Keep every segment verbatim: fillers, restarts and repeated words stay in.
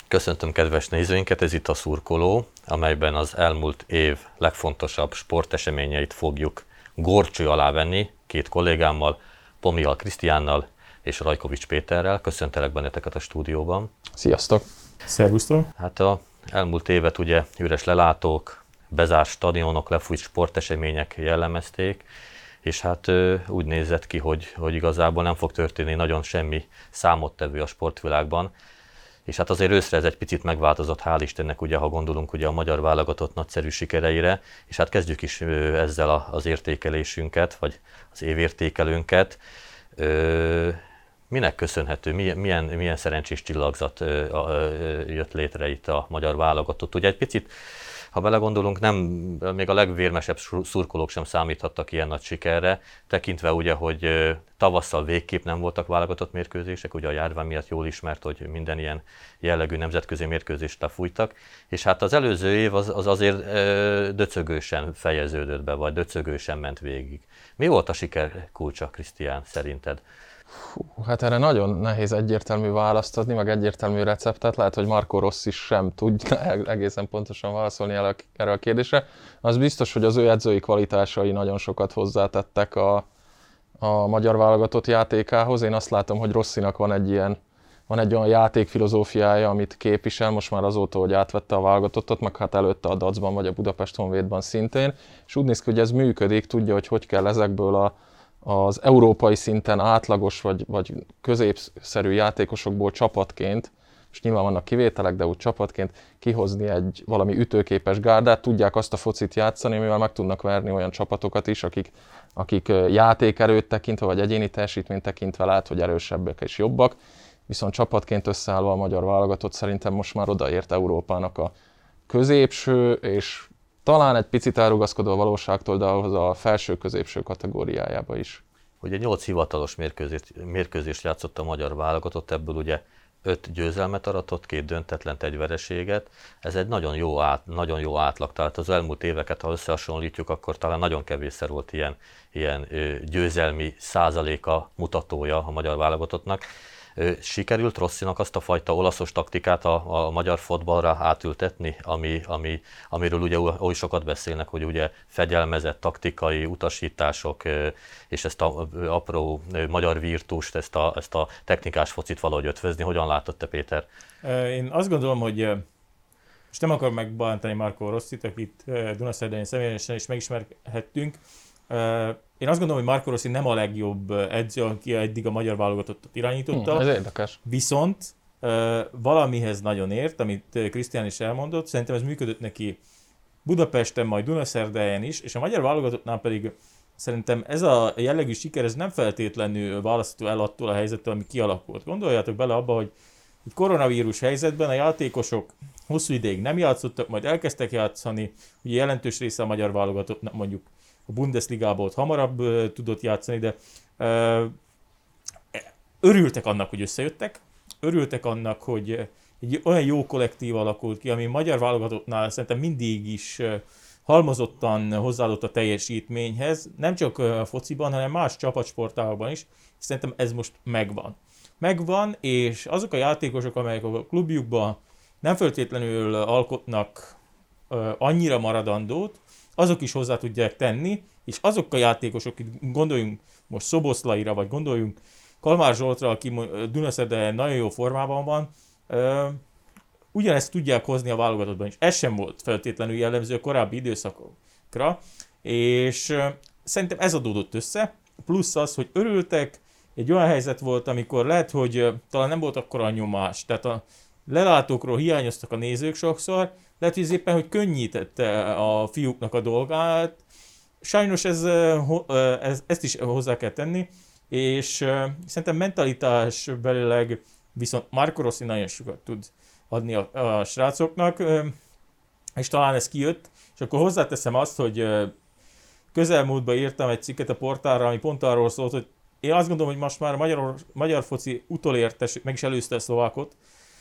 Köszöntöm kedves nézőinket, ez itt a Szurkoló, amelyben az elmúlt év legfontosabb sporteseményeit fogjuk górcső alá venni két kollégámmal, Pomihal Krisztiánnal és Rajkovics Péterrel. Köszöntelek benneteket a stúdióban. Sziasztok! Szervusztok! Hát az elmúlt évet ugye üres lelátók, bezárt stadionok, lefújt sportesemények jellemezték, és hát úgy nézett ki, hogy, hogy igazából nem fog történni nagyon semmi számottevő a sportvilágban. És hát azért őszre ez egy picit megváltozott, hál' Istennek, ugye, ha gondolunk ugye a magyar válogatott nagyszerű sikereire, és hát kezdjük is ezzel az értékelésünket, vagy az évértékelőnket. Minek köszönhető, milyen, milyen szerencsés csillagzat jött létre itt a magyar válogatott? Ugye egy picit, ha belegondolunk, nem, még a legvérmesebb szurkolók sem számíthattak ilyen nagy sikerre, tekintve ugye, hogy tavasszal végképp nem voltak válogatott mérkőzések, ugye a járvány miatt jól ismert, hogy minden ilyen jellegű nemzetközi mérkőzést lefújtak, és hát az előző év az, az azért döcögősen fejeződött be, vagy döcögősen ment végig. Mi volt a siker kulcsa, Krisztián, szerinted? Hú, hát erre nagyon nehéz egyértelmű választ adni, meg egyértelmű receptet. Lehet, hogy Marco Rossi sem tudja egészen pontosan válaszolni erre a kérdésre. Az biztos, hogy az ő edzői kvalitásai nagyon sokat hozzátettek a, a magyar válogatott játékához. Én azt látom, hogy Rossinak van egy ilyen, van egy olyan játékfilozófiája, amit képvisel most már azóta, hogy átvette a válogatottat, meg hát előtte a Dacban vagy a Budapest Honvédban szintén. És úgy néz ki, hogy ez működik, tudja, hogy hogy kell ezekből a az európai szinten átlagos vagy, vagy középszerű játékosokból csapatként, és nyilván vannak kivételek, de úgy csapatként kihozni egy valami ütőképes gárdát, tudják azt a focit játszani, mivel meg tudnak verni olyan csapatokat is, akik, akik játékerőt tekintve, vagy egyéni teljesítményt tekintve lát, hogy erősebbek és jobbak, viszont csapatként összeállva a magyar válogatott szerintem most már odaért Európának a középső, és talán egy picit elrugaszkodó a valóságtól, de ahhoz a felső-középső kategóriájába is. Ugye nyolc hivatalos mérkőzést, mérkőzést játszott a magyar válogatott, ebből ugye öt győzelmet aratott, két döntetlent, egy vereséget. Ez egy nagyon jó, át, nagyon jó átlag, tehát az elmúlt éveket, ha összehasonlítjuk, akkor talán nagyon kevésszer volt ilyen, ilyen győzelmi százaléka mutatója a magyar válogatottnak. Sikerült Rossinak azt a fajta olaszos taktikát a, a magyar fotballra átültetni, ami, ami, amiről ugye oly sokat beszélnek, hogy ugye fegyelmezett taktikai utasítások, és ezt a apró magyar virtust, ezt a, ezt a technikás focit valahogy ötvözni. Hogyan látod te, Péter? Én azt gondolom, hogy most nem akarom megbántani Marco Rossit, akit Dunaszerdahelyen személyesen is megismerhettünk. Én azt gondolom, hogy Marco Rossi nem a legjobb edző, aki eddig a magyar válogatottat irányította. Hmm, ez érdekes. Viszont uh, valamihez nagyon ért, amit Krisztián is elmondott, szerintem ez működött neki Budapesten, majd Dunaszerdahelyen is, és a magyar válogatottnál pedig szerintem ez a jellegű siker, ez nem feltétlenül választható el attól a helyzettől, ami kialakult. Gondoljátok bele abba, hogy egy koronavírus helyzetben a játékosok hosszú ideig nem játszottak, majd elkezdtek játszani, ugye jelentős része a magyar válogatottnak mondjuk a Bundesligából ott hamarabb uh, tudott játszani, de uh, örültek annak, hogy összejöttek, örültek annak, hogy egy olyan jó kollektív alakult ki, ami magyar válogatottnál szerintem mindig is uh, halmozottan hozzáadott a teljesítményhez, nem csak a fociban, hanem más csapatsportágban is. Szerintem ez most megvan. Megvan, és azok a játékosok, amelyek a klubjukban nem feltétlenül alkotnak uh, annyira maradandót, azok is hozzá tudják tenni, és azok a játékosok, gondoljunk most Szoboszlaira, vagy gondoljunk Kalmár Zsoltra, aki Dunaszerdahelyen nagyon jó formában van, ugyanezt tudják hozni a válogatottban is. Ez sem volt feltétlenül jellemző a korábbi időszakokra, és szerintem ez adódott össze, plusz az, hogy örültek, egy olyan helyzet volt, amikor lehet, hogy talán nem volt akkora a nyomás, tehát a lelátókról hiányoztak a nézők sokszor, lehet, hogy ez éppen, hogy könnyítette a fiúknak a dolgát. Sajnos ez, ez, ezt is hozzá kell tenni, és szerintem mentalitásbelileg viszont Marco Rossi nagyon sokat tud adni a, a srácoknak, és talán ez kijött, és akkor hozzáteszem azt, hogy közelmúltban írtam egy cikket a portálra, ami pont arról szólt, hogy én azt gondolom, hogy most már a magyar, magyar foci utolérte, meg is előzte a szlovákot,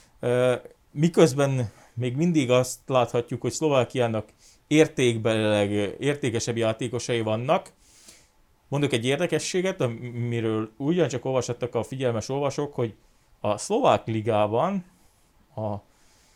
miközben még mindig azt láthatjuk, hogy Szlovákiának értékbelileg értékesebb játékosai vannak. Mondok egy érdekességet, amiről ugyancsak olvashattak a figyelmes olvasók, hogy a szlovák ligában a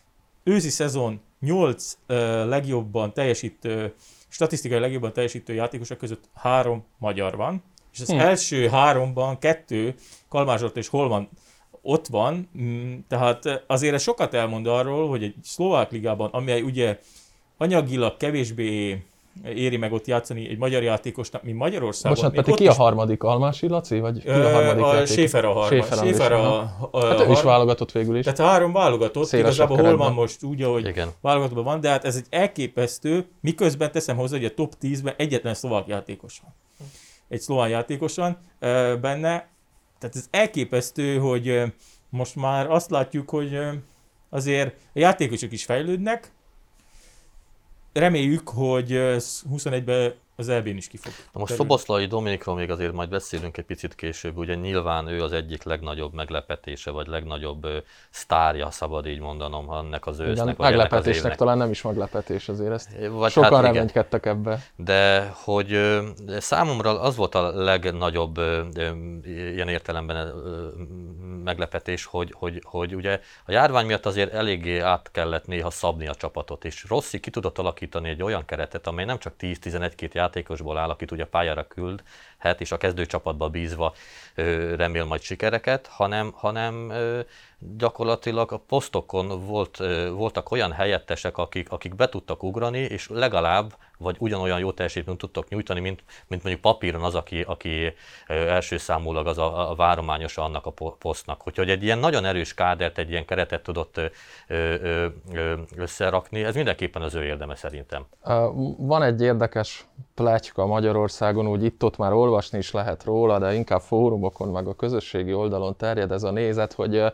őszi szezon nyolc uh, legjobban teljesítő, statisztikai legjobban teljesítő játékosok között három magyar van, és az hmm. első háromban kettő, Kalmár Zsolt és Holman ott van, tehát azért ez sokat elmond arról, hogy egy szlovák ligában, amely ugye anyagilag kevésbé éri meg ott játszani egy magyar játékosnak, mint Magyarországon. Bocsánat, Peti, ki a harmadik? Almási Laci? Vagy ki a harmadik a Schäfer a harmadik. Schäfer a, a, a, hát ő is válogatott végül is. Tehát három válogatott, szélesebb igazából keretben. Holman most úgy, ahogy igen. Válogatottban van, de hát ez egy elképesztő, miközben teszem hozzá, hogy a top tízben egyetlen szlovák játékos van. Egy szlovák játékos van benne. Tehát ez elképesztő, hogy most már azt látjuk, hogy azért a játékosok is fejlődnek. Reméljük, hogy huszonegyben az é bén is ki fog. Na most Szoboszlai Dominikról még azért majd beszélünk egy picit később, ugye nyilván ő az egyik legnagyobb meglepetése, vagy legnagyobb uh, sztárja, szabad így mondanom, ennek az ősznek, vagy meglepetésnek ennek az talán nem is meglepetés azért, ezt vagy sokan hát reménykedtek ebbe. De hogy uh, számomra az volt a legnagyobb uh, ilyen értelemben uh, meglepetés, hogy, hogy, hogy ugye a járvány miatt azért eléggé át kellett néha szabni a csapatot, és Rossi ki tudott alakítani egy olyan keretet, amely nem csak tíz-tizenegy-két játékosból áll, akit ugye pályára küldhet, és a kezdőcsapatba bízva ö, remél majd sikereket, hanem, hanem ö, gyakorlatilag a posztokon volt, ö, voltak olyan helyettesek, akik, akik be tudtak ugrani, és legalább, vagy ugyanolyan jó teljesítményt tudtak nyújtani, mint, mint mondjuk papíron az, aki, aki ö, első számulag az a, a várományosa annak a posztnak. Úgyhogy egy ilyen nagyon erős kádert, egy ilyen keretet tudott ö, ö, ö, összerakni, ez mindenképpen az ő érdeme szerintem. Van egy érdekes pletyka Magyarországon, úgy itt-ott már olvasni is lehet róla, de inkább fórumokon, meg a közösségi oldalon terjed ez a nézet, hogy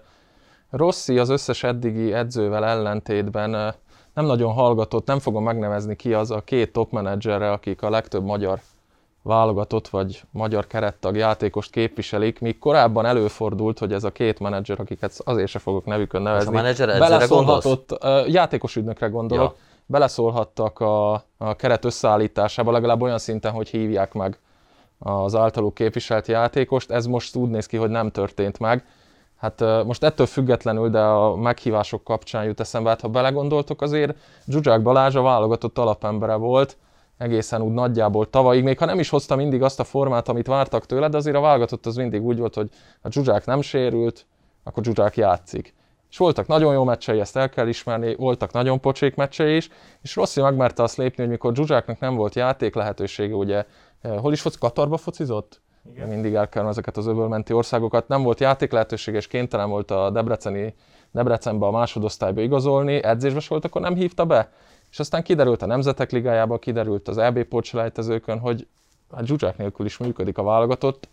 Rossi az összes eddigi edzővel ellentétben nem nagyon hallgatott, nem fogom megnevezni ki az a két top menedzserre, akik a legtöbb magyar válogatott vagy magyar kerettag játékost képviselik, míg korábban előfordult, hogy ez a két menedzser, akiket azért se fogok nevükön nevezni, beleszólhatott, játékos ügynökre gondolok, ja. beleszólhattak a, a keret összeállításába, legalább olyan szinten, hogy hívják meg az általuk képviselt játékost. Ez most úgy néz ki, hogy nem történt meg. Hát most ettől függetlenül, de a meghívások kapcsán jut eszembe, hát ha belegondoltok, azért Zsuzsák Balázs a válogatott alapembere volt, egészen úgy nagyjából tavalyig, még ha nem is hozta mindig azt a formát, amit vártak tőle, de azért a válogatott az mindig úgy volt, hogy a Zsuzsák nem sérült, akkor Zsuzsák játszik. És voltak nagyon jó meccsei, ezt el kell ismerni, voltak nagyon pocsék meccsei is, és Rossi megmerte azt lépni, hogy mikor Zsuzsáknak nem volt játék lehetősége, ugye, hol is foci, Katarba focizott? Igen. Mindig elkerülöm ezeket az öbölmenti országokat, nem volt játék lehetősége, és kénytelen volt a Debreceni, Debrecenbe a másodosztályba igazolni, edzésbe volt, akkor nem hívta be. És aztán kiderült a Nemzetek Ligájába, kiderült az é bé pótselejtezőkön, hogy hát Zsuzsák nélkül is működik a válogatott,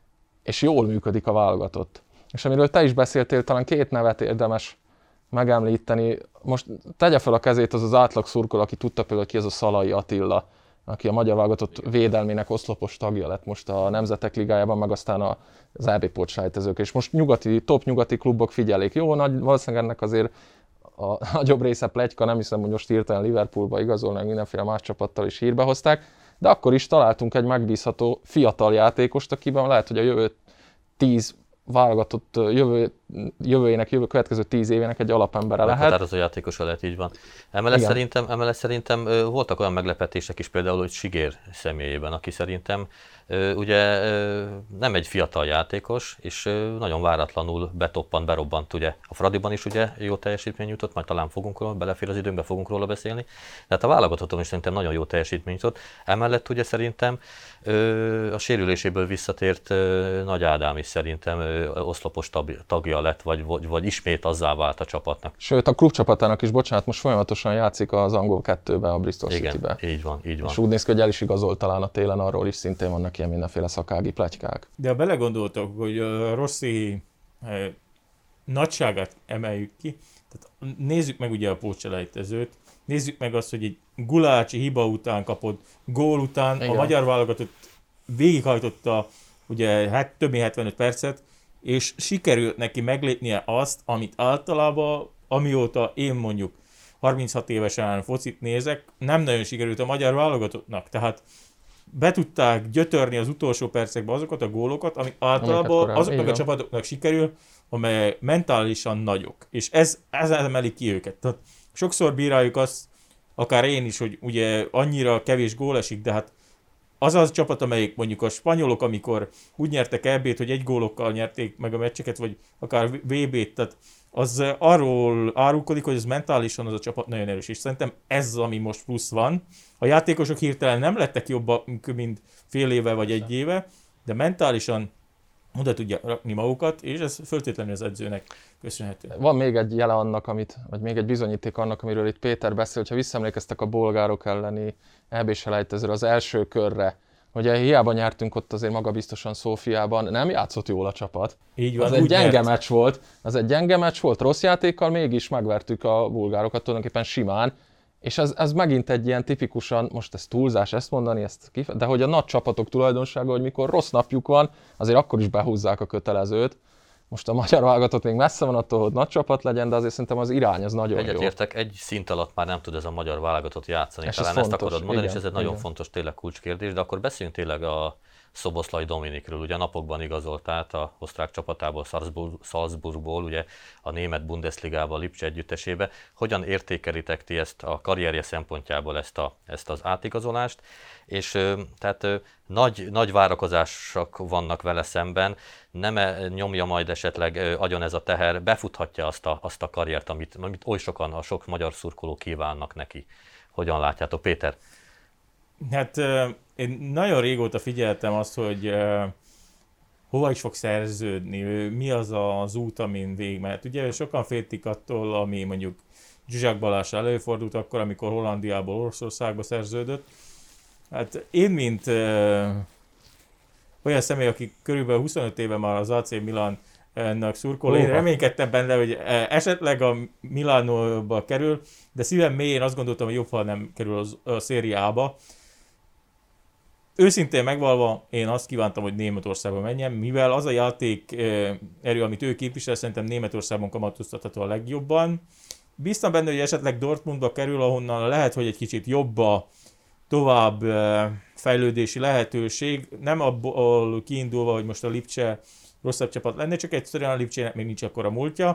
és jól működik a válogatott. És amiről te is beszéltél, talán két nevet érdemes megemlíteni. Most tegye fel a kezét az az átlag szurkoló, aki tudta például, ki az a Szalai Attila, aki a magyar válogatott védelmének oszlopos tagja lett most a Nemzetek Ligájában, meg aztán az é bé pótselejtezők. És most nyugati, top nyugati klubok figyelik. Jó, nagy, valószínűleg ennek azért a nagyobb része pletyka, nem hiszem, hogy most hirtelen Liverpoolba igazolnak, mindenféle más csapattal is hírbe hozták, de akkor is találtunk egy megbízható fiatal játékost, akiben lehet, hogy a jövő tíz válogatott jövő, jövőjének, jövő következő tíz évének egy alapembere lehet. Meghatározó játékosa lehet, így van. Emellett szerintem, emellett szerintem voltak olyan meglepetések is, például, hogy Sigér személyében, aki szerintem ugye nem egy fiatal játékos, és nagyon váratlanul betoppant, berobbant ugye. A Fradiban is ugye jó teljesítmény jutott, majd talán fogunk róla, belefér az időnkbe, fogunk róla beszélni. De hát a válogatotton is szerintem nagyon jó teljesítmény jutott. Emellett ugye szerintem a sérüléséből visszatért Nagy Ádám is szerintem oszlopos tagja lett, vagy, vagy, vagy ismét azzá vált a csapatnak. Sőt, a klubcsapatának is, bocsánat, most folyamatosan játszik az angol kettőbe, a Bristol Igen, Citybe. így van, így van. És úgy néz ki, hogy el is igazolt talán a télen, arról is szintén vannak ilyen mindenféle szakági pletykák. De ha belegondoltok, hogy a Rossi eh, nagyságát emeljük ki, tehát nézzük meg ugye a pótselejtezőt, nézzük meg azt, hogy egy Gulácsi hiba után kapott gól után Igen. a magyar válogatott végighajtotta ugye hát, több mint hetvenöt percet, és sikerült neki meglépnie azt, amit általában, amióta én mondjuk harminchat évesen focit nézek, nem nagyon sikerült a magyar válogatottnak. Tehát be tudták gyötörni az utolsó percekben azokat a gólokat, amik általában azoknak a csapatoknak sikerül, amely mentálisan nagyok. És ez, ez emeli ki őket. Tehát sokszor bíráljuk azt, akár én is, hogy ugye annyira kevés gól esik, de hát az az csapat, amelyik mondjuk a spanyolok, amikor úgy nyertek é bét, hogy egy gólokkal nyerték meg a meccseket, vagy akár vé bét, tehát az arról árulkodik, hogy ez mentálisan az a csapat nagyon erős, és szerintem ez, ami most plusz van. A játékosok hirtelen nem lettek jobbak, mint fél éve vagy egy éve, de mentálisan oda tudja rakni magukat, és ez föltétlenül az edzőnek köszönhető. Van még egy jele annak, amit, vagy még egy bizonyíték annak, amiről itt Péter beszél, hogyha visszaemlékeztek a bolgárok elleni é bé-selejtezőre az első körre, ugye hiába nyertünk ott azért magabiztosan Szófiában, nem játszott jól a csapat. Így van, az egy gyenge nyert. meccs volt, az egy gyenge meccs volt, rossz játékkal, mégis megvertük a bulgárokat tulajdonképpen simán, és ez, ez megint egy ilyen tipikusan, most ez túlzás ezt mondani, ezt kif- de hogy a nagy csapatok tulajdonsága, hogy mikor rossz napjuk van, azért akkor is behúzzák a kötelezőt. Most a magyar válogatott még messze van attól, hogy nagy csapat legyen, de azért szerintem az irány az nagyon jó. Egyetértek, egy szint alatt már nem tud ez a magyar válogatott játszani. És Talán ez ezt fontos, akarod mondani, igen, és ez egy nagyon igen. fontos tényleg kulcskérdés, de akkor beszéljünk tényleg a Szoboszlai Dominikről. Ugye a napokban igazolt át a osztrák csapatából, Salzburg, Salzburgból, ugye a német Bundesligába, a Lipcse együttesébe. Hogyan értékelitek ti ezt a karrierje szempontjából ezt, a, ezt az átigazolást? És tehát nagy, nagy várakozások vannak vele szemben, nem -e nyomja majd esetleg agyon ez a teher, befuthatja azt a, azt a karriert, amit, amit oly sokan, a sok magyar szurkoló kívánnak neki. Hogyan látjátok, Péter? Hát én nagyon régóta figyeltem azt, hogy hova is fog szerződni, mi az az út, amin végigmehet. Ugye sokan féltik attól, ami mondjuk Zsuzsák Balázs előfordult akkor, amikor Hollandiából Oroszországba szerződött. Hát én, mint ö, olyan személy, aki körülbelül huszonöt éve már az á cé Milánnak szurkol, én reménykedtem benne, hogy esetleg a Milánóba kerül, de szívem mélyén azt gondoltam, hogy jobb, ha nem kerül az, a szériába. Őszintén megvalva, én azt kívántam, hogy Németországba menjen, mivel az a játék erő, amit ő képvisel, szerintem Németországban kamatoztatható a legjobban. Bíztam benne, hogy esetleg Dortmundba kerül, ahonnan lehet, hogy egy kicsit jobb a tovább fejlődési lehetőség. Nem abból kiindulva, hogy most a Lipcse rosszabb csapat lenne, csak egyszerűen a Lipcsének még nincs akkora múltja.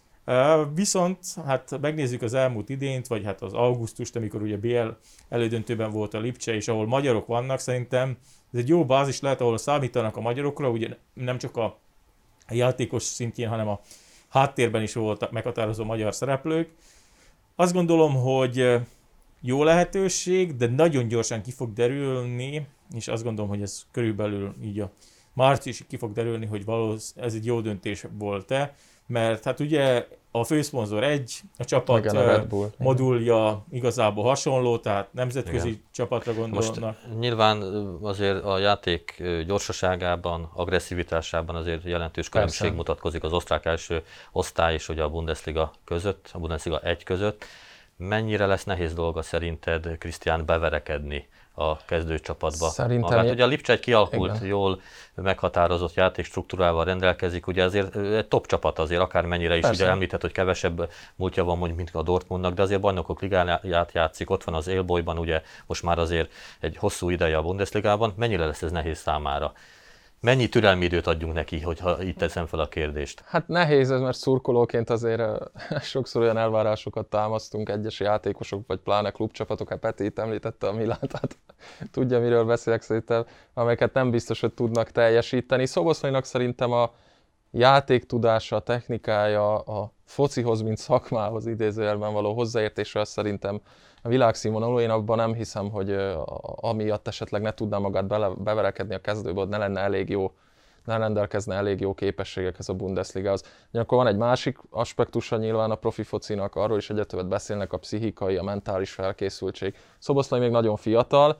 Viszont hát megnézzük az elmúlt idényt, vagy hát az augusztust, amikor ugye bé el elődöntőben volt a Lipcse, és ahol magyarok vannak, szerintem ez egy jó bázis lehet, ahol számítanak a magyarokra, ugye nem csak a játékos szintjén, hanem a háttérben is voltak meghatározó magyar szereplők. Azt gondolom, hogy jó lehetőség, de nagyon gyorsan ki fog derülni, és azt gondolom, hogy ez körülbelül így a márciusig ki fog derülni, hogy valószínűleg ez egy jó döntés volt-e, mert hát ugye a főszponzor egy, a csapat igen, a Red Bull, modulja igazából hasonló, tehát nemzetközi igen. csapatra gondolnak. Most nyilván azért a játék gyorsaságában, agresszivitásában azért jelentős különbség Persze. mutatkozik az osztrák első osztály és ugye a Bundesliga között, a Bundesliga egy között. Mennyire lesz nehéz dolga szerinted, Krisztián, beverekedni a kezdőcsapatba? Szerintem Magát, je... ugye a Lipcse egy kialakult, igen. jól meghatározott játékstruktúrával rendelkezik, ugye azért egy top csapat azért, akármennyire is, Persze. ugye említett, hogy kevesebb múltja van mondjuk, mint a Dortmundnak, de azért bajnokok ligáját játszik, ott van az Élbolyban, ugye most már azért egy hosszú ideje a Bundesligában, mennyire lesz ez nehéz számára? Mennyi türelmi időt adjunk neki, hogyha itt teszem fel a kérdést? Hát nehéz ez, mert szurkolóként azért sokszor olyan elvárásokat támasztunk egyes játékosok, vagy pláne klubcsapatok, hát Peti itt említette a Milánt, tehát tudja, miről beszélek szerintem, amelyeket nem biztos, hogy tudnak teljesíteni. Szoboszlainak szerintem a játéktudása, a technikája, a focihoz, mint szakmához idézőjelben való hozzáértése, az szerintem a világszínvonalú. Én abban nem hiszem, hogy amiatt esetleg ne tudná magát bele, beverekedni a kezdőbe, hogy ne lenne elég jó, ne rendelkezne elég jó képességekhez a Bundesligához. Ugyanakkor van egy másik aspektusa nyilván a profi focinak, arról is egyre többet beszélnek, a pszichikai, a mentális felkészültség. Szoboszlai még nagyon fiatal,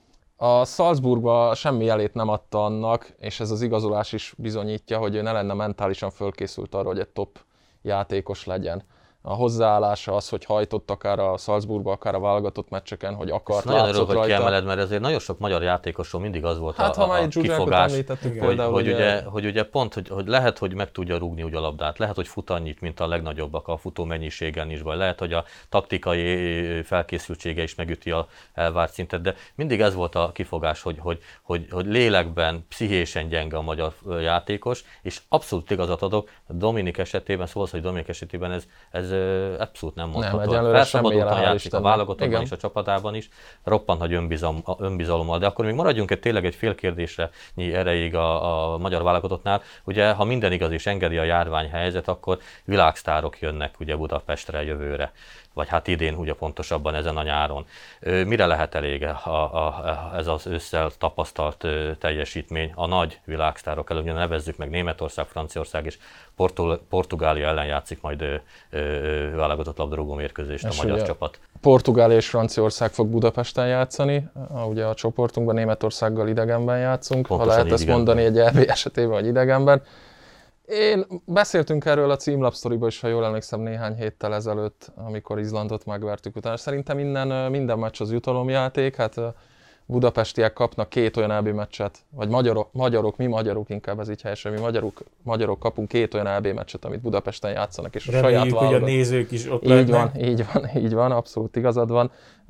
a Salzburgba semmi jelét nem adta annak, és ez az igazolás is bizonyítja, hogy ő ne lenne mentálisan fölkészült arra, hogy egy top játékos legyen. A hozzáállása az, hogy hajtott akár a Salzburgba, akár a válogatott meccseken, hogy akart, nagyon látszott örülök, hogy rajta. kiemeled, mert ezért nagyon sok magyar játékosról mindig az volt Hát, a, a, a kifogás, hogy, például, hogy, ugye... ugye, hogy ugye pont, hogy, hogy lehet, hogy meg tudja rúgni úgy a labdát, lehet, hogy fut annyit, mint a legnagyobbak a futó mennyiségen is, vagy lehet, hogy a taktikai felkészültsége is megüti a elvárt szintet, de mindig ez volt a kifogás, hogy, hogy, hogy, hogy lélekben, pszichésen gyenge a magyar játékos, és abszolút igazat adok, Dominik esetében, szóval, hogy Dominik esetében ez, ez abszolút nem mondható. Nem, egyelőre Felszabadultan játszik Istennek. a válogatotban Igen. is, a csapatában is, roppant nagy önbizalom, önbizalommal. De akkor még maradjunk egy tényleg egy fél kérdésre erejéig a, a magyar válogatottnál. Ugye, ha minden igaz és engedi a járványhelyzet, akkor világsztárok jönnek ugye Budapestre jövőre. Vagy hát idén ugye pontosabban ezen a nyáron. Mire lehet elég a, a, a, ez az ősszel tapasztalt teljesítmény a nagy világsztárok előtt? Nevezzük meg Németország, Franciaország és Portu- Portugália ellen játszik majd ö, ö, válogatott labdarúgó mérkőzést a magyar csapat. Portugália és Franciaország fog Budapesten játszani, ugye a csoportunkban Németországgal idegenben játszunk, pontosan ha lehet ezt mondani egy é bé esetében, vagy idegenben. Én beszéltünk erről a címlapsztoriban is, ha jól emlékszem, néhány héttel ezelőtt, amikor Izlandot megvertük utána. Szerintem minden, minden meccs az jutalomjáték, hát budapestiek kapnak két olyan é bé meccset, vagy magyarok, magyarok, mi magyarok inkább ez így helyesen, mi magyarok, magyarok kapunk két olyan é bé meccset, amit Budapesten játszanak, és a reméljük, saját válogat... hogy a nézők is ott így lehetnek. van, így van, így van, abszolút igazad van.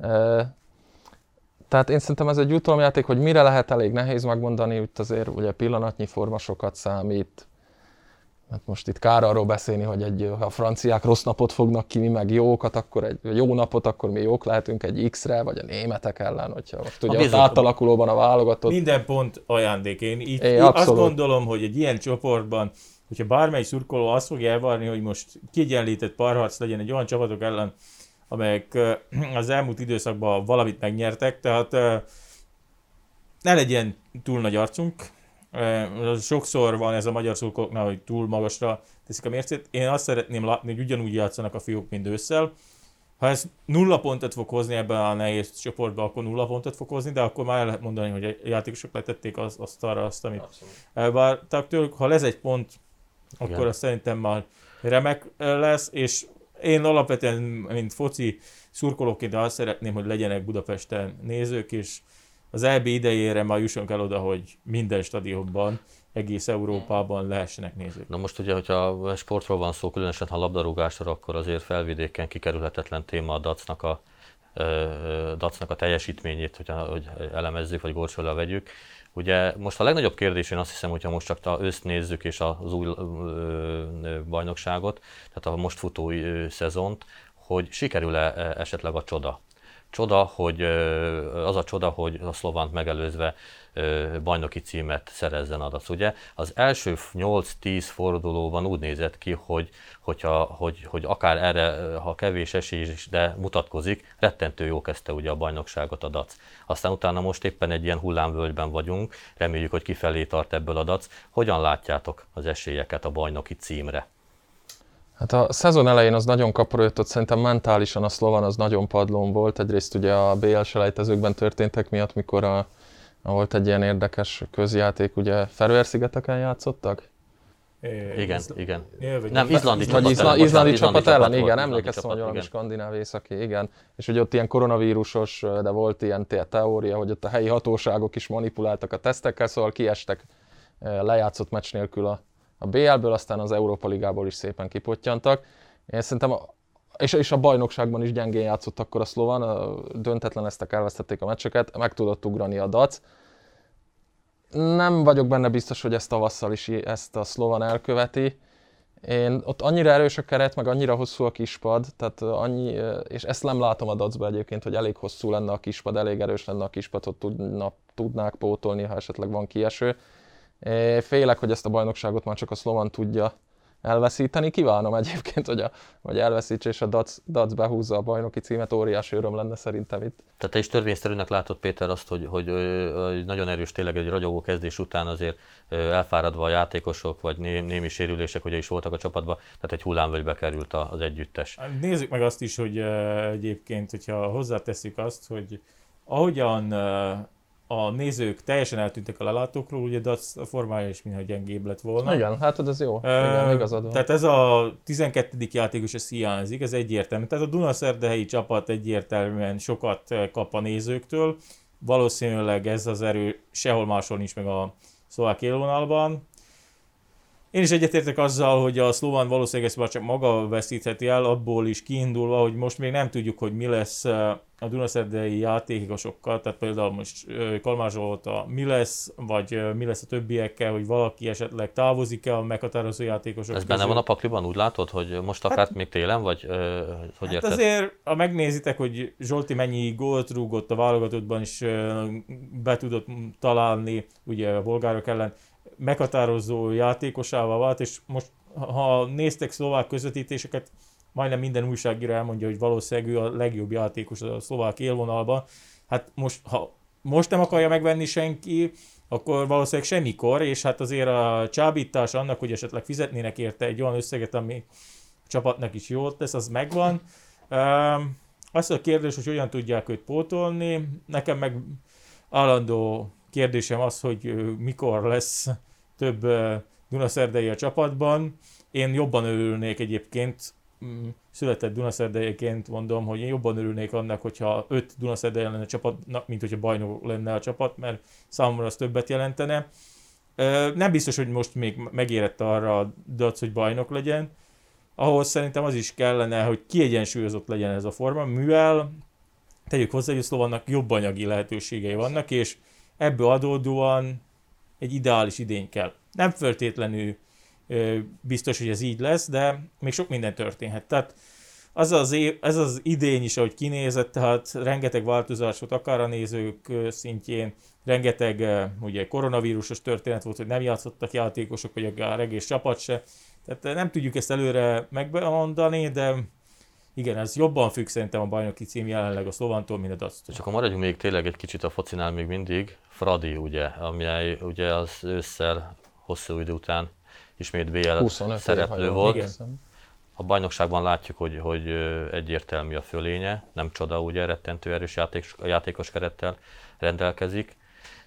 Tehát én szerintem ez egy jutalomjáték, hogy mire lehet elég nehéz megmondani, úgy azért ugye pillanatnyi forma sokat számít. Hát most itt kár arról beszélni, hogy egy, ha a franciák rossz napot fognak ki, mi meg jókat, akkor egy jó napot, akkor mi jók lehetünk egy X-re, vagy a németek ellen, hogyha most ugye ott átalakulóban a válogatott. Minden pont ajándék. Én, így, é, én azt azt gondolom, hogy egy ilyen csoportban, hogyha bármely szurkoló azt fogja elvárni, hogy most kiegyenlített párharc legyen egy olyan csapatok ellen, amelyek az elmúlt időszakban valamit megnyertek, tehát ne legyen túl nagy arcunk. Sokszor van ez a magyar szurkolóknál, hogy túl magasra teszik a mércét. Én azt szeretném látni, hogy ugyanúgy játszanak a fiúk, mint ősszel. Ha ez nulla pontot fog hozni ebben a nehéz csoportban, akkor nulla pontot fog hozni, de akkor már el lehet mondani, hogy a játékosok letették azt, azt arra azt, amit elvártak tőlük. Ha lesz egy pont, akkor igen, azt szerintem már remek lesz, és én alapvetően, mint foci szurkolóként azt szeretném, hogy legyenek Budapesten nézők, és az é bé idejére már jussunk el oda, hogy minden stadionban, egész Európában lehessenek nézők. Na most ugye, hogyha sportról van szó, különösen ha labdarúgásról, akkor azért felvidéken kikerülhetetlen téma a dacnak a, dacnak a teljesítményét, hogyha, hogy elemezzük, vagy górcsőre vegyük. Ugye most a legnagyobb kérdés, én azt hiszem, hogyha most csak az őszt nézzük és az új bajnokságot, tehát a most futó szezont, hogy sikerül-e esetleg a csoda. Csoda, hogy az a csoda, hogy a Szlovánt megelőzve bajnoki címet szerezzen a dac. Ugye az első nyolc-tíz fordulóban úgy nézett ki, hogy, hogyha, hogy, hogy akár erre, ha kevés esély is, de mutatkozik, rettentő jó kezdte ugye a bajnokságot a dac. Aztán utána most éppen egy ilyen hullámvölgyben vagyunk, reméljük, hogy kifelé tart ebből a dac. Hogyan látjátok az esélyeket a bajnoki címre? Hát a szezon elején az nagyon kaparőjött, szerintem mentálisan a szlován az nagyon padlón volt. Egyrészt ugye a bé el selejtezőkben történtek miatt, mikor a, a volt egy ilyen érdekes közjáték, ugye Feröer-szigeteken játszottak? É, igen, izla... igen. Jö, nem, izlandi csapat, izla, ellen, izlandi bocsánat, csapat ellen, volt, igen, emlékeztem, hogy valami igen. skandináv északi, igen. És ugye ott ilyen koronavírusos, de volt ilyen teória, hogy ott a helyi hatóságok is manipuláltak a tesztekkel, szóval kiestek lejátszott meccs nélkül a a bé el-ből, aztán az Európa Ligából is szépen kipottyantak. Én szerintem, a, és, és a bajnokságban is gyengén játszott akkor a szlován, a döntetleneztek, elvesztették a meccseket, meg tudott ugrani a dac. Nem vagyok benne biztos, hogy ezt tavasszal is ezt a szlován elköveti. Én ott annyira erős a keret, meg annyira hosszú a kispad, tehát annyi, és ezt nem látom a dacba egyébként, hogy elég hosszú lenne a kispad, elég erős lenne a kispad, hogy tudna, tudnák pótolni, ha esetleg van kieső. Félek, hogy ezt a bajnokságot már csak a szlován tudja elveszíteni. Kívánom egyébként, hogy, a, hogy elveszítse, és a dac, dac behúzza a bajnoki címet, óriási öröm lenne szerintem itt. Tehát te is törvényszerűnek látod, Péter, azt, hogy, hogy, hogy nagyon erős, tényleg egy ragyogó kezdés után azért elfáradva a játékosok, vagy némi sérülések ugye is voltak a csapatban, tehát egy hullámvölgybe került az együttes. Nézzük meg azt is, hogy egyébként, hogyha hozzáteszük azt, hogy ahogyan a nézők teljesen eltűntek a lelátókról, ugye dac a formája is mintha gyengébb lett volna. Igen, hát ez jó. Igen, igazad van. Tehát ez a tizenkettedik játékos, ez hiányzik, ez egyértelmű. Tehát a Dunaszerdahelyi csapat egyértelműen sokat kap a nézőktől. Valószínűleg ez az erő sehol máshol nincs meg a szlovák élvonalban. Én is egyetértek azzal, hogy a Slovan valószínűleg ezt már csak maga veszítheti el, abból is kiindulva, hogy most még nem tudjuk, hogy mi lesz a dunaszerdei játékosokkal, tehát például most Kalmár Zsolta mi lesz, vagy mi lesz a többiekkel, hogy valaki esetleg távozik-e a meghatározó játékosok Ez közül. benne van a pakliban, úgy látod, hogy most akár hát, még télen, vagy ö, hogy hát érted? azért, ha megnézitek, hogy Zsolti mennyi gólt rúgott a válogatottban, és be tudott találni ugye a bolgárok ellen, meghatározó játékosává vált, és most ha néztek szlovák közvetítéseket, majdnem minden újságíró elmondja, hogy valószínűleg ő a legjobb játékos a szlovák élvonalban. Hát most, ha most nem akarja megvenni senki, akkor valószínűleg semmikor, és hát azért a csábítás annak, hogy esetleg fizetnének érte egy olyan összeget, ami a csapatnak is jót tesz, az megvan. Azt a kérdés, hogy hogyan tudják őt pótolni, nekem meg állandó kérdésem az, hogy mikor lesz több dunaszerdei a csapatban. Én jobban örülnék egyébként, született dunaszerdeiként mondom, hogy én jobban örülnék annak, hogyha öt dunaszerdei lenne a csapatnak, mint hogyha bajnok lenne a csapat, mert számomra az többet jelentene. Nem biztos, hogy most még megérett arra a dac, hogy bajnok legyen. Ahhoz szerintem az is kellene, hogy kiegyensúlyozott legyen ez a forma, mivel tegyük hozzá, hogy a Slovannak jobb anyagi lehetőségei vannak, és ebből adódóan egy ideális idény kell. Nem feltétlenül ö, biztos, hogy ez így lesz, de még sok minden történhet. Tehát az az év, ez az idény is, ahogy kinézett, tehát rengeteg változás volt, akár a nézők szintjén, rengeteg ugye, koronavírusos történet volt, hogy nem játszottak játékosok, vagy akár egész csapat se. Tehát nem tudjuk ezt előre megmondani, de igen, ez jobban függ szerintem a bajnoki cím jelenleg a Szlovantól, mint a dactól. És akkor maradjunk még tényleg egy kicsit a focinál még mindig. Fradi, ugye, amely ugye az ősszel hosszú idő után ismét bé el szereplő volt. Igen. A bajnokságban látjuk, hogy, hogy egyértelmű a fölénye, nem csoda, ugye rettentő erős játék, játékos kerettel rendelkezik,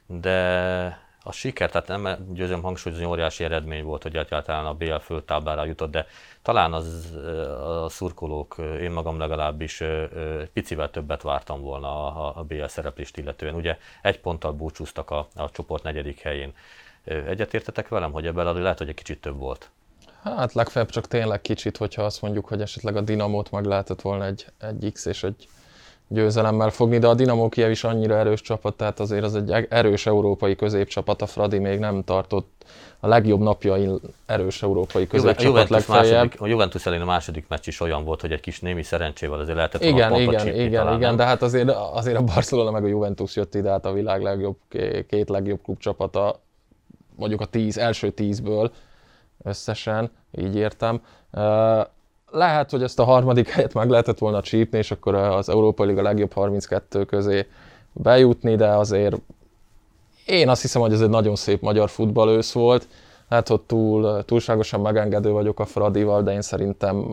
de a siker, tehát nem győzöm hangsúlyozni, óriási eredmény volt, hogy egyáltalán a bé el föltáblára jutott, de talán az, a szurkolók, én magam legalábbis picivel többet vártam volna a, a bé el szereplést illetően. Ugye egy ponttal búcsúztak a, a csoport negyedik helyén. Egyetértetek velem, hogy ebben lehet, hogy egy kicsit több volt? Hát legfeljebb csak tényleg kicsit, hogyha azt mondjuk, hogy esetleg a Dinamót meg lehetett volna egy, egy X és egy győzelemmel fogni, de a Dinamo Kijev is annyira erős csapat, tehát azért az egy erős európai középcsapat, a Fradi még nem tartott a legjobb napjain erős európai középcsapat legfeljebb. A Juventus ellen a második meccs is olyan volt, hogy egy kis némi szerencsével azért lehetett igen, volna igen, igen, igen, igen, de hát azért, azért a Barcelona meg a Juventus jött ide, hát a világ legjobb, két legjobb klubcsapata, mondjuk a tíz, első tízből összesen, így értem. Lehet, hogy ezt a harmadik helyet meg lehetett volna csípni, és akkor az Európai Liga legjobb harminckettő közé bejutni, de azért én azt hiszem, hogy ez egy nagyon szép magyar futballősz volt. Lehet, hogy túl, túlságosan megengedő vagyok a Fradival, de én szerintem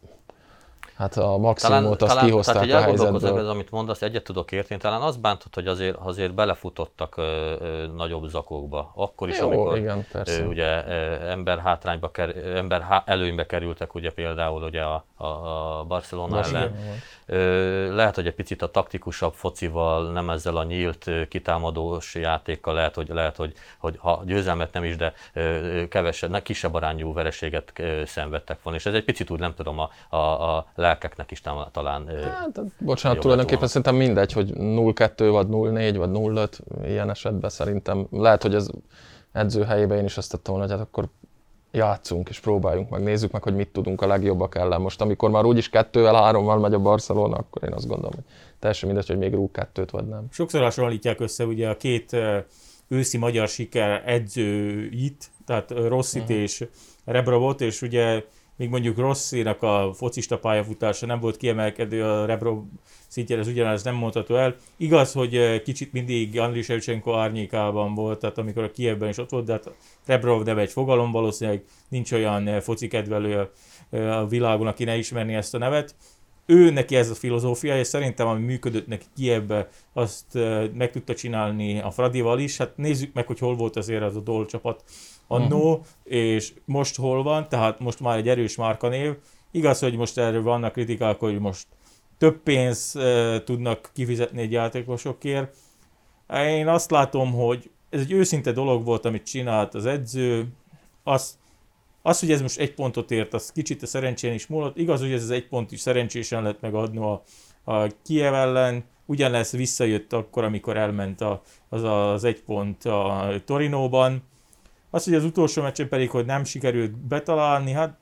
hát a maximumot talán, azt talán, kihozták tehát, a helyzetből. Ez, amit mondasz, egyet tudok érteni, talán az bántott, hogy azért, azért belefutottak ö, ö, nagyobb zakókba. Akkor is, jó, amikor igen, ö, ugye, ö, ember hátrányba, ker, ember há, előnybe kerültek, ugye például ugye a, a, a Barcelona Most ellen. Ö, lehet, hogy egy picit a taktikusabb focival, nem ezzel a nyílt, kitámadós játékkal lehet, hogy, lehet, hogy, hogy ha győzelmet nem is, de ö, kevesebb, kisebb arányú vereséget ö, szenvedtek volna. És ez egy picit úgy nem tudom, a, a, a lelkeknek is talán... Hát, bocsánat, tulajdonképpen szerintem mindegy, hogy nulla kettő, vagy nulla négy, vagy nulla öt, ilyen esetben szerintem lehet, hogy az edzőhelyében én is azt tettem volna, hogy hát akkor játszunk és próbáljunk meg, nézzük meg, hogy mit tudunk a legjobbak ellen. Most amikor már úgyis kettővel, hárommal megy a Barcelona, akkor én azt gondolom, hogy teljesen mindegy, hogy még rúg kettőt vagy nem. Sokszor hasonlítják össze ugye a két őszi magyar siker edzőit, tehát Rossit uh-huh. és Rebrovot, és ugye míg mondjuk Rossinak a focista pályafutása nem volt kiemelkedő, a Rebrov szintjén ez ugyanaz nem mondható el. Igaz, hogy kicsit mindig Andriy Shevchenko árnyékában volt, tehát amikor a Kijevben is ott volt, de hát Rebrov neve egy fogalom, valószínűleg nincs olyan foci kedvelő a világon, aki ne ismerni ezt a nevet. Ő neki ez a filozófia, és szerintem ami működött neki Kijevbe, azt meg tudta csinálni a Fradival is. Hát nézzük meg, hogy hol volt azért az a Dol csapat annó, uh-huh. és most hol van, tehát most már egy erős márkanév. Igaz, hogy most erről vannak kritikák, hogy most több pénzt uh, tudnak kifizetni egy játékosokért. Én azt látom, hogy ez egy őszinte dolog volt, amit csinált az edző. Azt Az, hogy ez most egy pontot ért, az kicsit a szerencsén is múlott. Igaz, hogy ez az egy pont is szerencsésen lett megadni a, a Kiev ellen. Ugyanez visszajött akkor, amikor elment a, az az egy pont a Torinóban. Az, hogy az utolsó meccsen pedig, hogy nem sikerült betalálni, hát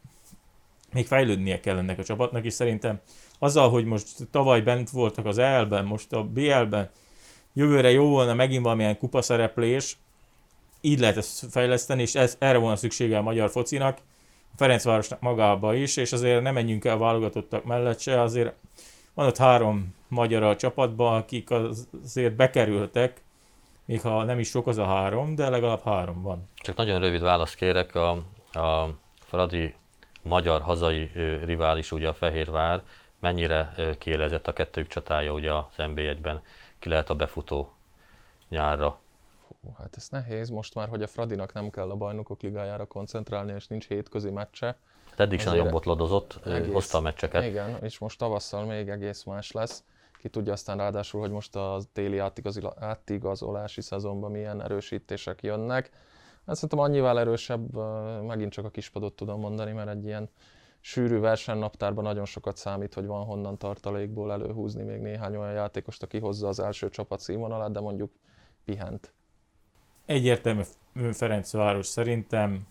még fejlődnie kell ennek a csapatnak, és szerintem azzal, hogy most tavaly bent voltak az é el-ben, most a bé el-ben, jövőre jó volna megint valamilyen kupaszereplés, így lehet ezt fejleszteni, és ez, erre volna szüksége a magyar focinak, a Ferencvárosnak magába is, és azért nem menjünk el válogatottak mellett se, azért van ott három magyar a csapatban, akik azért bekerültek, még ha nem is sok az a három, de legalább három van. Csak nagyon rövid választ kérek, a, a Fradi magyar hazai ö, rivális, ugye a Fehérvár, mennyire ö, kiélezett a kettőjük csatája ugye az en bé egyben, ki lehet a befutó nyárra? Hú, hát ez nehéz, most már, hogy a Fradinak nem kell a Bajnokok Ligájára koncentrálni, és nincs hétközi meccse. Eddig sem nagyon botladozott, egész, hozta a meccseket. Igen, és most tavasszal még egész más lesz. Ki tudja aztán ráadásul, hogy most a téli átigazolási szezonban milyen erősítések jönnek. Hát szerintem annyival erősebb, megint csak a kispadot tudom mondani, mert egy ilyen sűrű versenynaptárban nagyon sokat számít, hogy van honnan tartalékból előhúzni még néhány olyan játékost, aki hozza az első csapat színvonalát, de mondjuk pihent. Egyértelmű Ferencváros szerintem,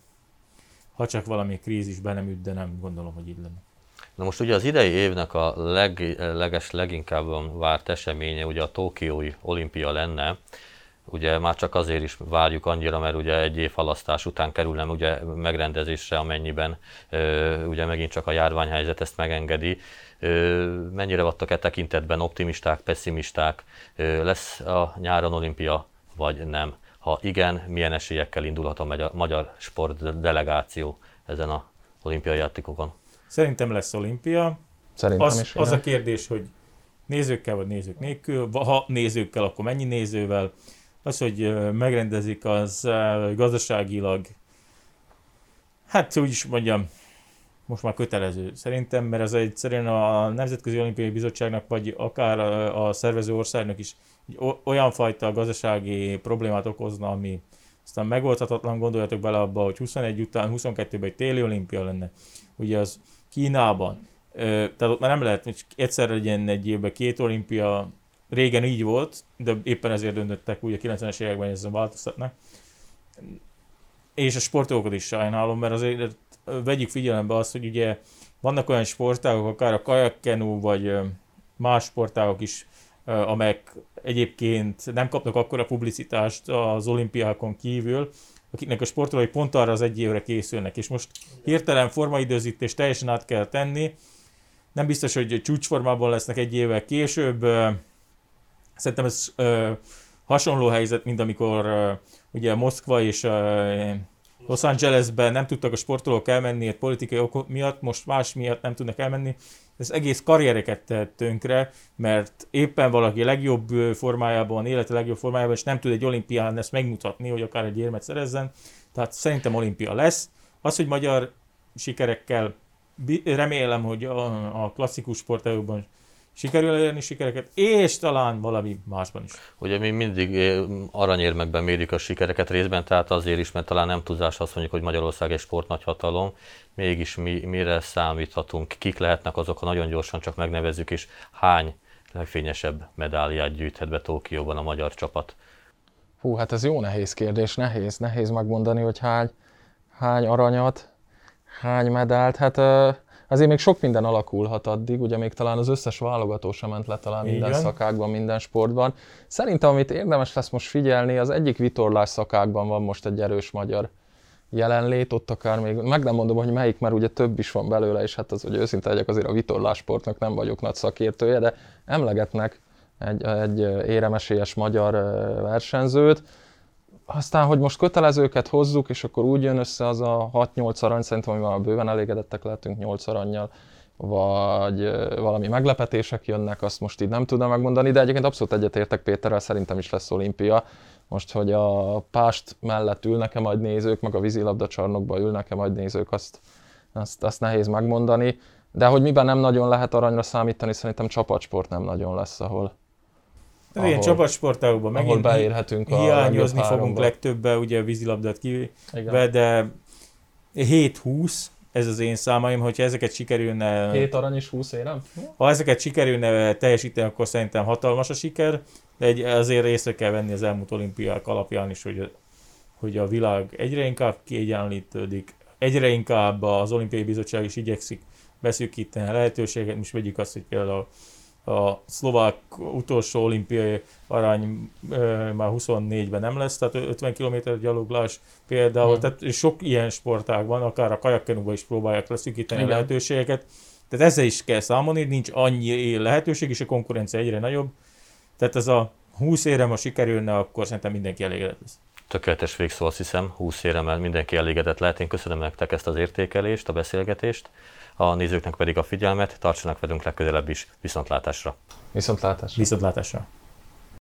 ha csak valami krízisben nem üt, de nem gondolom, hogy így lenne. Na most ugye az idei évnek a leg, leges, leginkább várt eseménye ugye a tokiói olimpia lenne. Ugye már csak azért is várjuk annyira, mert ugye egy év halasztás után kerülne ugye megrendezésre, amennyiben ö, ugye megint csak a járványhelyzet ezt megengedi. Ö, mennyire vagytok e tekintetben optimisták, pessimisták? Ö, lesz a nyáron olimpia, vagy nem? Ha igen, milyen esélyekkel indulhat a magyar, magyar sport delegáció ezen a olimpiai játékokon? Szerintem lesz olimpia. Szerintem az, is. Az a kérdés, hogy nézőkkel vagy nézők nélkül, ha nézőkkel, akkor mennyi nézővel. Az, hogy megrendezik, az gazdaságilag, hát úgy is mondjam, most már kötelező szerintem, mert ez egyszerűen a Nemzetközi Olimpiai Bizottságnak, vagy akár a szervező országnak is olyan fajta gazdasági problémát okozna, ami aztán megoldhatatlan. Gondoljatok bele abba, hogy huszonegy után, huszonkettőben egy téli olimpia lenne, ugye az Kínában. Tehát ott már nem lehet, hogy egyszerre legyen egy évben két olimpia. Régen így volt, de éppen ezért döntöttek úgy a kilencvenes években, hogy ezen változtatnak. És a sportolókat is sajnálom, mert azért vegyük figyelembe azt, hogy ugye vannak olyan sportágok, akár a kajakkenu, vagy más sportágok is, amelyek egyébként nem kapnak akkora publicitást az olimpiákon kívül, akiknek a sportolói pont arra az egy évre készülnek. És most hirtelen formaidőzítést teljesen át kell tenni. Nem biztos, hogy csúcsformában lesznek egy évvel később. Szerintem ez ö, hasonló helyzet, mint amikor ö, ugye Moszkva és ö, Los Angelesben nem tudtak a sportolók elmenni egy politikai okok miatt, most más miatt nem tudnak elmenni. Ez egész karriereket tett tönkre, mert éppen valaki legjobb formájában, élete legjobb formájában, és nem tud egy olimpián ezt megmutatni, hogy akár egy érmet szerezzen. Tehát szerintem olimpia lesz. Az, hogy magyar sikerekkel, remélem, hogy a, a klasszikus sportágokban sikerül elérni sikereket, és talán valami másban is. Ugye mi mindig aranyérmekben mérjük a sikereket részben, tehát azért is, mert talán nem túlzás azt mondjuk, hogy Magyarország egy sportnagyhatalom, mégis mi, mire számíthatunk, kik lehetnek azok, ha nagyon gyorsan csak megnevezzük, és hány legfényesebb medáliát gyűjthet be Tokióban a magyar csapat? Hú, hát ez jó nehéz kérdés, nehéz, nehéz megmondani, hogy hány, hány aranyat, hány medált, hát... Uh... Azért még sok minden alakulhat addig, ugye még talán az összes válogató sem ment le talán minden Igen. szakákban, minden sportban. Szerintem, amit érdemes lesz most figyelni, az egyik vitorlás szakákban van most egy erős magyar jelenlét, ott akár még, meg nem mondom, hogy melyik, mert ugye több is van belőle, és hát az, hogy őszinte legyek, azért a vitorlásportnak nem vagyok nagy szakértője, de emlegetnek egy, egy éremesélyes magyar versenyzőt. Aztán, hogy most kötelezőket hozzuk, és akkor úgy jön össze az a hat-nyolc arany, szerintem, hogy már bőven elégedettek lehetünk nyolc arannyal, vagy valami meglepetések jönnek, azt most így nem tudom megmondani, de egyébként abszolút egyetértek Péterrel, szerintem is lesz olimpia. Most, hogy a pást mellett ülnek-e majd nézők, meg a vízilabdacsarnokba ülnek-e majd nézők, azt, azt, azt nehéz megmondani. De hogy miben nem nagyon lehet aranyra számítani, szerintem csapatsport nem nagyon lesz, ahol... De ilyen csapatsportágokban megint beérhetünk hiányozni fogunk legtöbben, ugye a vízilabdát kivéve, de hét húsz, ez az én számaim, hogyha ezeket sikerülne... hét arany és húsz érem? Ha ezeket sikerülne teljesíteni, akkor szerintem hatalmas a siker, de egy, azért észre kell venni az elmúlt olimpiák alapján is, hogy, hogy a világ egyre inkább kiegyenlítődik, egyre inkább az olimpiai bizottság is igyekszik beszűkíteni a lehetőséget. Most vegyük azt, hogy például a szlovák utolsó olimpiai arany e, már huszonnégyben nem lesz, tehát ötven kilométer gyaloglás például, hmm. tehát sok ilyen sportág van, akár a kajakkenúban is próbálják leszűkíteni a lehetőségeket. Tehát ezzel is kell számolni, nincs annyi lehetőség, és a konkurencia egyre nagyobb. Tehát ez a húsz érem, ha sikerülne, akkor szerintem mindenki elégedett lesz. Tökéletes végszó, azt hiszem, húsz éremmel mindenki elégedett lehet. Én köszönöm nektek ezt az értékelést, a beszélgetést, a nézőknek pedig a figyelmet, tartsanak velünk legközelebb is, viszontlátásra. Viszontlátásra. Viszontlátásra.